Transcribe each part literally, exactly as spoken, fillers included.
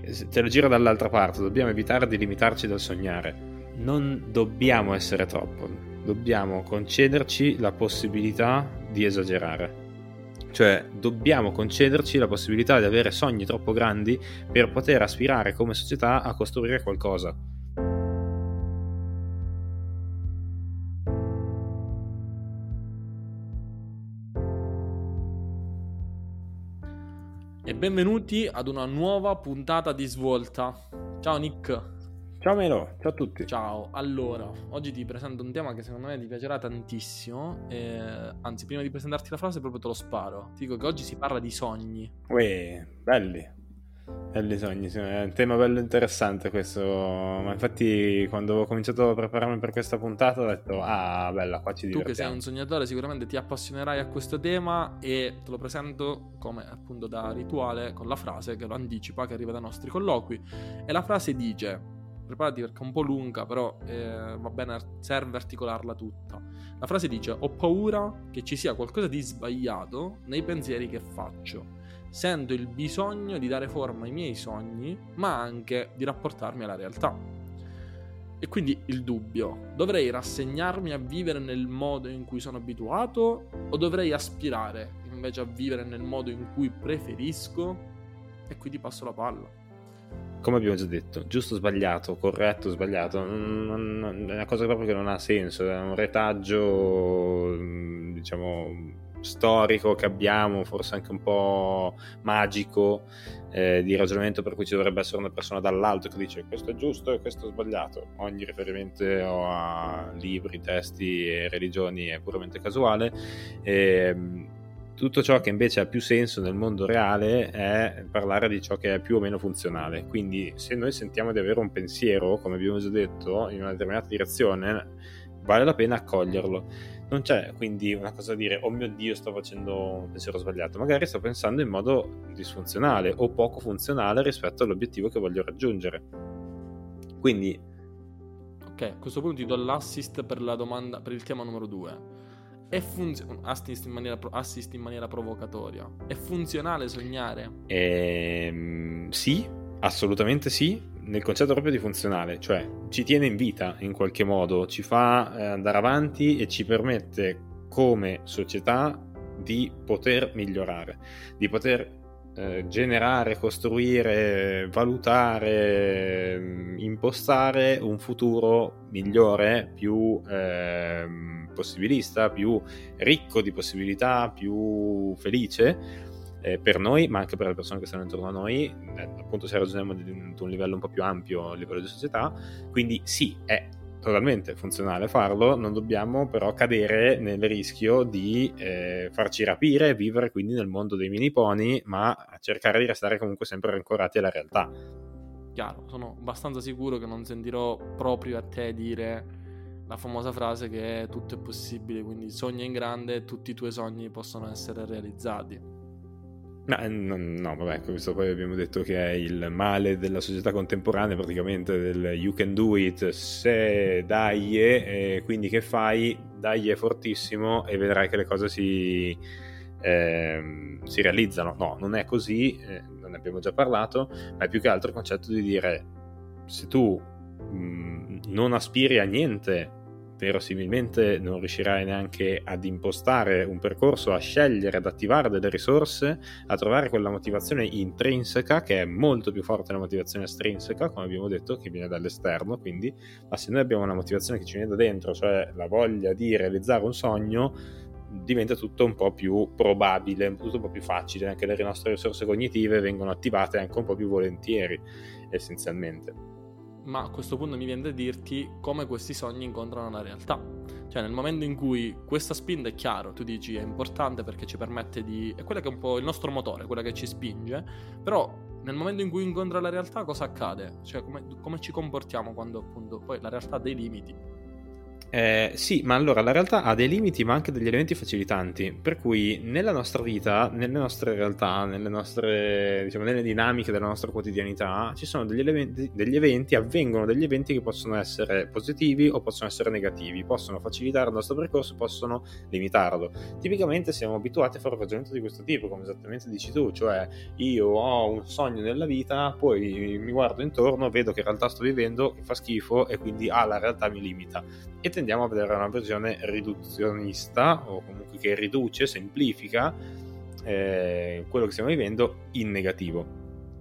te lo giro dall'altra parte, dobbiamo evitare di limitarci dal sognare. Non dobbiamo essere troppo, dobbiamo concederci la possibilità di esagerare. Cioè, dobbiamo concederci la possibilità di avere sogni troppo grandi per poter aspirare come società a costruire qualcosa. E benvenuti ad una nuova puntata di Svolta. Ciao Nick. Ciao Melo, ciao a tutti. Ciao, allora, oggi ti presento un tema che secondo me ti piacerà tantissimo, eh, anzi, prima di presentarti la frase proprio te lo sparo. Ti dico che oggi si parla di sogni. Uè, belli, belli sogni, sì, è un tema bello interessante questo, ma infatti quando ho cominciato a prepararmi per questa puntata ho detto, ah, bella, qua ci divertiamo. Tu che sei un sognatore sicuramente ti appassionerai a questo tema e te lo presento come appunto da rituale con la frase che lo anticipa, che arriva dai nostri colloqui, e la frase dice... preparati perché è un po' lunga, però eh, va bene, serve articolarla tutta. La frase dice: ho paura che ci sia qualcosa di sbagliato nei pensieri che faccio. Sento il bisogno di dare forma ai miei sogni, ma anche di rapportarmi alla realtà. E quindi il dubbio: dovrei rassegnarmi a vivere nel modo in cui sono abituato o dovrei aspirare invece a vivere nel modo in cui preferisco? E qui ti passo la palla. Come abbiamo già detto, giusto o sbagliato, corretto o sbagliato, non, non, è una cosa proprio che non ha senso, è un retaggio, diciamo, storico che abbiamo, forse anche un po' magico, eh, di ragionamento per cui ci dovrebbe essere una persona dall'alto che dice questo è giusto e questo è sbagliato. Ogni riferimento a libri, testi e religioni è puramente casuale. E, tutto ciò che invece ha più senso nel mondo reale è parlare di ciò che è più o meno funzionale. Quindi se noi sentiamo di avere un pensiero, come abbiamo già detto, in una determinata direzione, vale la pena accoglierlo. Non c'è quindi una cosa da dire, oh mio Dio, sto facendo un pensiero sbagliato. Magari sto pensando in modo disfunzionale o poco funzionale rispetto all'obiettivo che voglio raggiungere. Quindi ok, a questo punto ti do l'assist per la domanda, per il tema numero due. È funzio- assist, in maniera, assist in maniera provocatoria. È funzionale sognare? Ehm, sì, assolutamente sì, nel concetto proprio di funzionale, cioè ci tiene in vita in qualche modo, ci fa eh, andare avanti e ci permette come società di poter migliorare, di poter eh, generare, costruire, valutare, impostare un futuro migliore, più eh, possibilista, più ricco di possibilità, più felice eh, per noi, ma anche per le persone che stanno intorno a noi, eh, appunto se ragioniamo di un, di un livello un po' più ampio a livello di società. Quindi sì, è totalmente funzionale farlo, non dobbiamo però cadere nel rischio di eh, farci rapire e vivere quindi nel mondo dei mini pony, ma cercare di restare comunque sempre ancorati alla realtà. Chiaro, sono abbastanza sicuro che non sentirò proprio a te dire la famosa frase che tutto è possibile, quindi sogna in grande e tutti i tuoi sogni possono essere realizzati. No, no, no, vabbè, questo poi abbiamo detto che è il male della società contemporanea, praticamente del you can do it, se dai e quindi che fai, dai è fortissimo e vedrai che le cose si, eh, si realizzano. No, non è così, eh, non ne abbiamo già parlato, ma è più che altro il concetto di dire se tu mh, non aspiri a niente, verosimilmente non riuscirai neanche ad impostare un percorso, a scegliere, ad attivare delle risorse, a trovare quella motivazione intrinseca che è molto più forte della motivazione estrinseca, come abbiamo detto, che viene dall'esterno. Quindi, ma se noi abbiamo una motivazione che ci viene da dentro, cioè la voglia di realizzare un sogno, diventa tutto un po' più probabile, tutto un po' più facile, anche le nostre risorse cognitive vengono attivate anche un po' più volentieri, essenzialmente. Ma a questo punto mi viene da dirti come questi sogni incontrano la realtà. Cioè nel momento in cui questa spinta è chiaro, tu dici è importante perché ci permette di... è quella che è un po' il nostro motore, quella che ci spinge, però nel momento in cui incontra la realtà cosa accade? Cioè come, come ci comportiamo quando appunto poi la realtà ha dei limiti? Eh, sì, ma allora la realtà ha dei limiti ma anche degli elementi facilitanti, per cui nella nostra vita, nelle nostre realtà, nelle nostre, diciamo, nelle dinamiche della nostra quotidianità ci sono degli eventi, degli eventi, avvengono degli eventi che possono essere positivi o possono essere negativi, possono facilitare il nostro percorso, possono limitarlo. Tipicamente siamo abituati a fare un ragionamento di questo tipo, come esattamente dici tu, cioè io ho un sogno nella vita, poi mi guardo intorno, vedo che in realtà sto vivendo, che fa schifo e quindi ah, la realtà mi limita. E tendiamo a vedere una versione riduzionista o comunque che riduce, semplifica eh, quello che stiamo vivendo in negativo.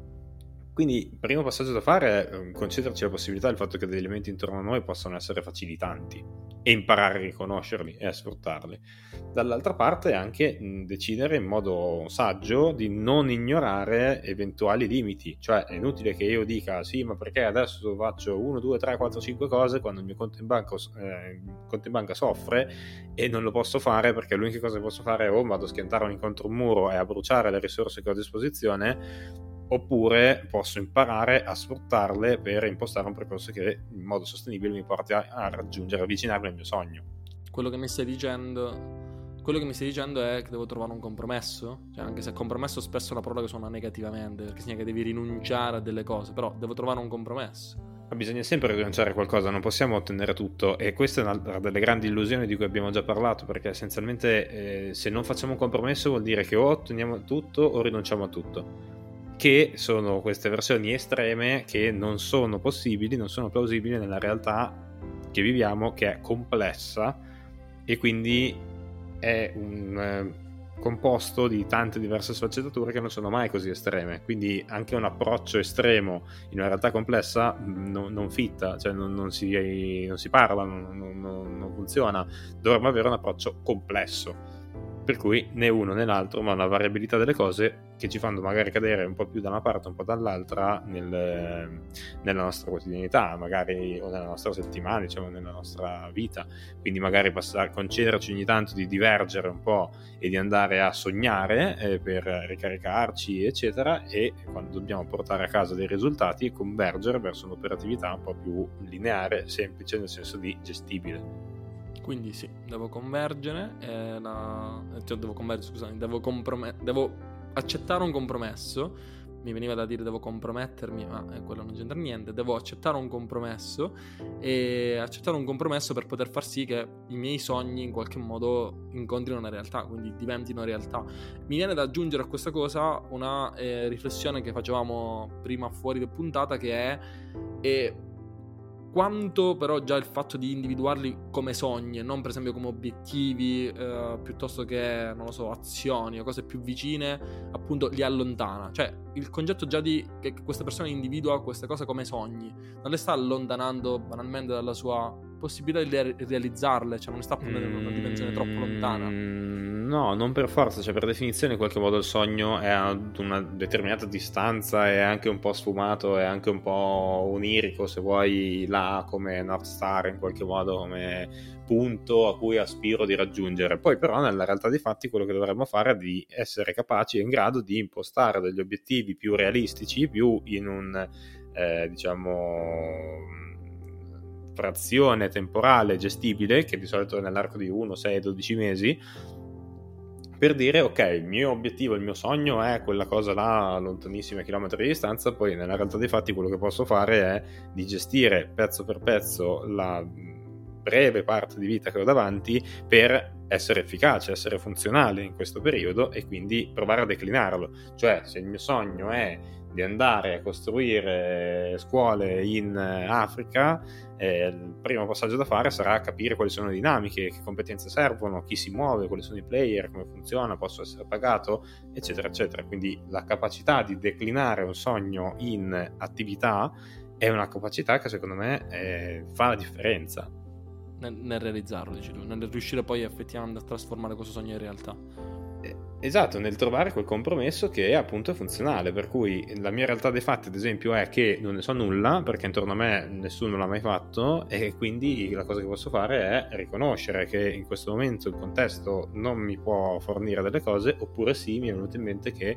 Quindi il primo passaggio da fare è concederci la possibilità del fatto che degli elementi intorno a noi possano essere facilitanti e imparare a riconoscerli e a sfruttarli. Dall'altra parte anche decidere in modo saggio di non ignorare eventuali limiti, cioè è inutile che io dica sì ma perché adesso faccio uno, due, tre, quattro, cinque cose quando il mio conto in banca, eh, conto in banca soffre e non lo posso fare perché l'unica cosa che posso fare è o vado a schiantarmi contro un muro e a bruciare le risorse che ho a disposizione, oppure posso imparare a sfruttarle per impostare un percorso che in modo sostenibile mi porti a, a raggiungere, avvicinarmi al mio sogno. Quello che mi stai dicendo quello che mi stai dicendo è che devo trovare un compromesso, cioè anche se compromesso spesso è una parola che suona negativamente, perché significa che devi rinunciare a delle cose, però devo trovare un compromesso. Ma bisogna sempre rinunciare a qualcosa, non possiamo ottenere tutto, e questa è una delle grandi illusioni di cui abbiamo già parlato, perché essenzialmente eh, se non facciamo un compromesso vuol dire che o otteniamo tutto o rinunciamo a tutto, che sono queste versioni estreme che non sono possibili, non sono plausibili nella realtà che viviamo, che è complessa e quindi è un eh, composto di tante diverse sfaccettature che non sono mai così estreme, quindi anche un approccio estremo in una realtà complessa non, non fitta, cioè non, non, si, non si parla, non, non, non funziona. Dovremmo avere un approccio complesso, per cui né uno né l'altro, ma una variabilità delle cose che ci fanno magari cadere un po' più da una parte, un po' dall'altra nel, nella nostra quotidianità, magari o nella nostra settimana, diciamo nella nostra vita. Quindi magari passare, concederci ogni tanto di divergere un po' e di andare a sognare eh, per ricaricarci, eccetera, e quando dobbiamo portare a casa dei risultati convergere verso un'operatività un po' più lineare, semplice, nel senso di gestibile. Quindi sì, devo convergere, eh, la... cioè devo convergere, scusami, devo, comprome... devo accettare un compromesso. Mi veniva da dire devo compromettermi, ma eh, quello non c'entra niente. Devo accettare un compromesso e accettare un compromesso per poter far sì che i miei sogni in qualche modo incontrino una realtà, quindi diventino realtà. Mi viene da aggiungere a questa cosa una eh, riflessione che facevamo prima fuori da puntata, che è... è quanto però già il fatto di individuarli come sogni e non per esempio come obiettivi eh, piuttosto che, non lo so, azioni o cose più vicine, appunto li allontana. Cioè il concetto già di che questa persona individua queste cose come sogni non le sta allontanando banalmente dalla sua possibilità di re- realizzarle, cioè non le sta prendendo in una dimensione troppo lontana. No, non per forza, cioè per definizione in qualche modo il sogno è ad una determinata distanza, è anche un po' sfumato, è anche un po' onirico se vuoi, là come North Star in qualche modo, come punto a cui aspiro di raggiungere. Poi però nella realtà dei fatti quello che dovremmo fare è di essere capaci e in grado di impostare degli obiettivi più realistici, più in un eh, diciamo frazione temporale gestibile, che di solito è nell'arco di uno, sei, dodici mesi, per dire ok, il mio obiettivo, il mio sogno è quella cosa là a lontanissimi chilometri di distanza. Poi nella realtà dei fatti quello che posso fare è di gestire pezzo per pezzo la breve parte di vita che ho davanti per essere efficace, essere funzionale in questo periodo e quindi provare a declinarlo. Cioè se il mio sogno è di andare a costruire scuole in Africa, eh, il primo passaggio da fare sarà capire quali sono le dinamiche, che competenze servono, chi si muove, quali sono i player, come funziona, posso essere pagato, eccetera eccetera. Quindi la capacità di declinare un sogno in attività è una capacità che secondo me eh, fa la differenza nel, nel realizzarlo, dici tu, nel riuscire poi effettivamente a trasformare questo sogno in realtà. Esatto, nel trovare quel compromesso che appunto è funzionale, per cui la mia realtà dei fatti ad esempio è che non ne so nulla perché intorno a me nessuno l'ha mai fatto, e quindi la cosa che posso fare è riconoscere che in questo momento il contesto non mi può fornire delle cose, oppure sì, mi è venuto in mente che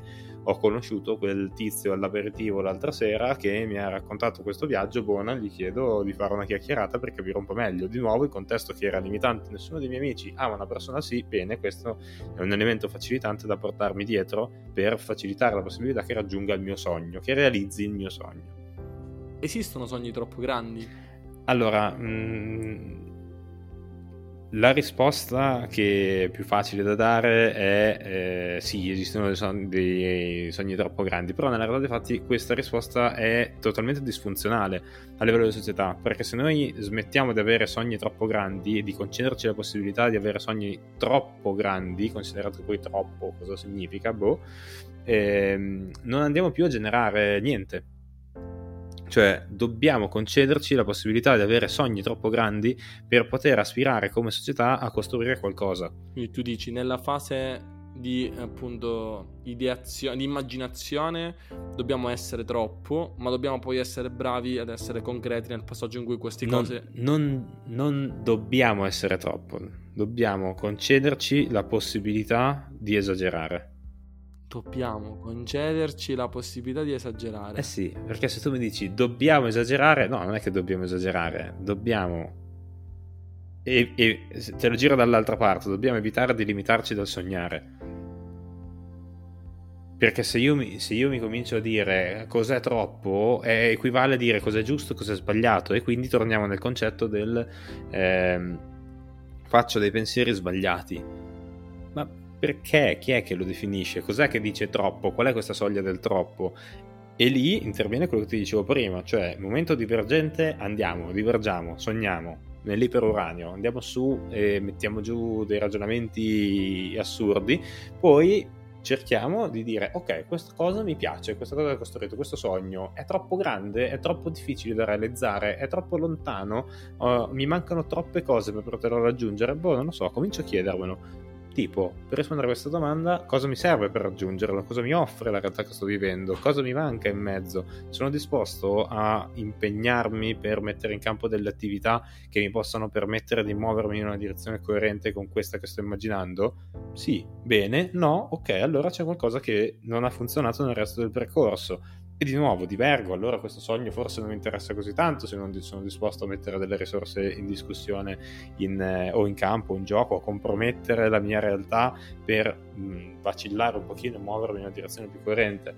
ho conosciuto quel tizio all'aperitivo l'altra sera che mi ha raccontato questo viaggio, buona, gli chiedo di fare una chiacchierata per capire un po' meglio. Di nuovo il contesto che era limitante, nessuno dei miei amici ama una persona sì, bene, questo è un elemento facilitante da portarmi dietro per facilitare la possibilità che raggiunga il mio sogno, che realizzi il mio sogno. Esistono sogni troppo grandi? Allora, mh, la risposta che è più facile da dare è eh, sì, esistono dei sogni, dei sogni troppo grandi, però nella realtà dei fatti questa risposta è totalmente disfunzionale a livello di società, perché se noi smettiamo di avere sogni troppo grandi e di concederci la possibilità di avere sogni troppo grandi, considerato poi troppo cosa significa, boh, ehm, non andiamo più a generare niente. Cioè dobbiamo concederci la possibilità di avere sogni troppo grandi per poter aspirare come società a costruire qualcosa. Quindi tu dici nella fase di appunto ideazione, di immaginazione dobbiamo essere troppo, ma dobbiamo poi essere bravi ad essere concreti nel passaggio in cui queste non, cose non, non dobbiamo essere troppo, dobbiamo concederci la possibilità di esagerare. Dobbiamo concederci la possibilità di esagerare. Eh sì, perché se tu mi dici dobbiamo esagerare, no, non è che dobbiamo esagerare, dobbiamo, e, e te lo giro dall'altra parte, dobbiamo evitare di limitarci dal sognare. Perché se io mi, se io mi comincio a dire cos'è troppo, è, equivale a dire cos'è giusto e cos'è sbagliato, e quindi torniamo nel concetto del eh, faccio dei pensieri sbagliati. Ma perché? Chi è che lo definisce? Cos'è che dice troppo? Qual è questa soglia del troppo? E lì interviene quello che ti dicevo prima, cioè momento divergente, andiamo, divergiamo, sogniamo nell'iperuranio, andiamo su e mettiamo giù dei ragionamenti assurdi, poi cerchiamo di dire ok, questa cosa mi piace, questa cosa che ho costruito, questo sogno è troppo grande, è troppo difficile da realizzare, è troppo lontano, uh, mi mancano troppe cose per poterlo raggiungere, boh, non lo so, comincio a chiedermelo. Tipo, per rispondere a questa domanda, cosa mi serve per raggiungerlo? Cosa mi offre la realtà che sto vivendo? Cosa mi manca in mezzo? Sono disposto a impegnarmi per mettere in campo delle attività che mi possano permettere di muovermi in una direzione coerente con questa che sto immaginando? Sì, bene, no, ok, allora c'è qualcosa che non ha funzionato nel resto del percorso. E di nuovo divergo, allora questo sogno forse non mi interessa così tanto se non sono disposto a mettere delle risorse in discussione in, eh, o in campo, in gioco, a compromettere la mia realtà per mh, vacillare un pochino e muovermi in una direzione più coerente.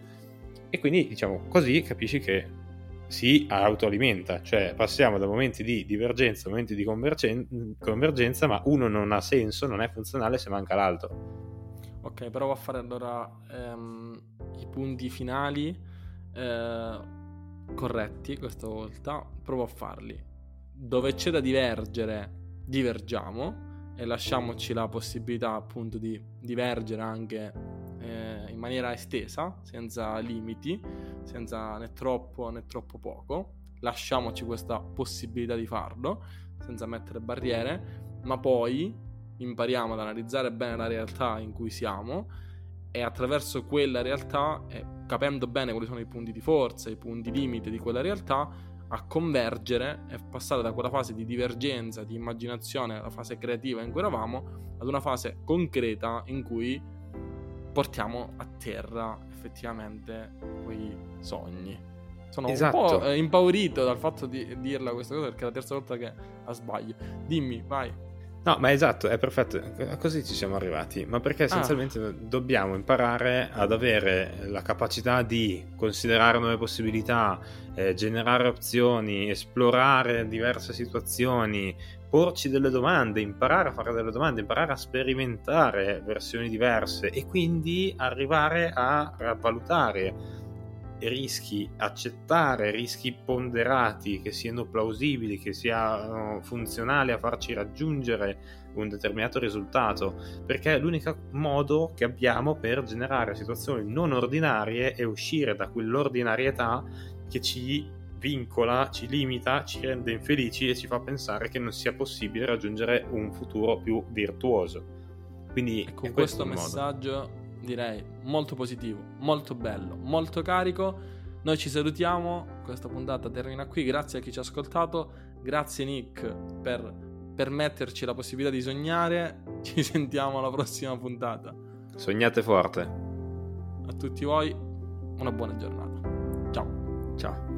E quindi diciamo così capisci che si autoalimenta, cioè passiamo da momenti di divergenza a momenti di convergen- convergenza, ma uno non ha senso, non è funzionale se manca l'altro. Ok, provo a fare allora ehm, i punti finali Eh, corretti questa volta, provo a farli. Dove c'è da divergere, divergiamo e lasciamoci la possibilità appunto di divergere anche eh, in maniera estesa, senza limiti, senza né troppo né troppo poco. Lasciamoci questa possibilità di farlo senza mettere barriere, ma poi impariamo ad analizzare bene la realtà in cui siamo e attraverso quella realtà, eh, capendo bene quali sono i punti di forza, i punti limite di quella realtà, a convergere e passare da quella fase di divergenza, di immaginazione, alla fase creativa in cui eravamo, ad una fase concreta in cui portiamo a terra effettivamente quei sogni. Sono esatto. un po' eh, impaurito dal fatto di dirla questa cosa perché è la terza volta che la sbaglio. Dimmi, vai. No, ma esatto, è perfetto, così ci siamo arrivati, ma perché essenzialmente ah. dobbiamo imparare ad avere la capacità di considerare nuove possibilità, eh, generare opzioni, esplorare diverse situazioni, porci delle domande, imparare a fare delle domande, imparare a sperimentare versioni diverse e quindi arrivare a, a valutare rischi, accettare rischi ponderati che siano plausibili, che siano funzionali a farci raggiungere un determinato risultato, perché è l'unico modo che abbiamo per generare situazioni non ordinarie e uscire da quell'ordinarietà che ci vincola, ci limita, ci rende infelici e ci fa pensare che non sia possibile raggiungere un futuro più virtuoso. Quindi e con questo, questo messaggio direi molto positivo, molto bello, molto carico. Noi ci salutiamo, questa puntata termina qui, grazie a chi ci ha ascoltato, grazie Nick per permetterci la possibilità di sognare, ci sentiamo alla prossima puntata. Sognate forte. a tutti voi una buona giornata. Ciao. Ciao.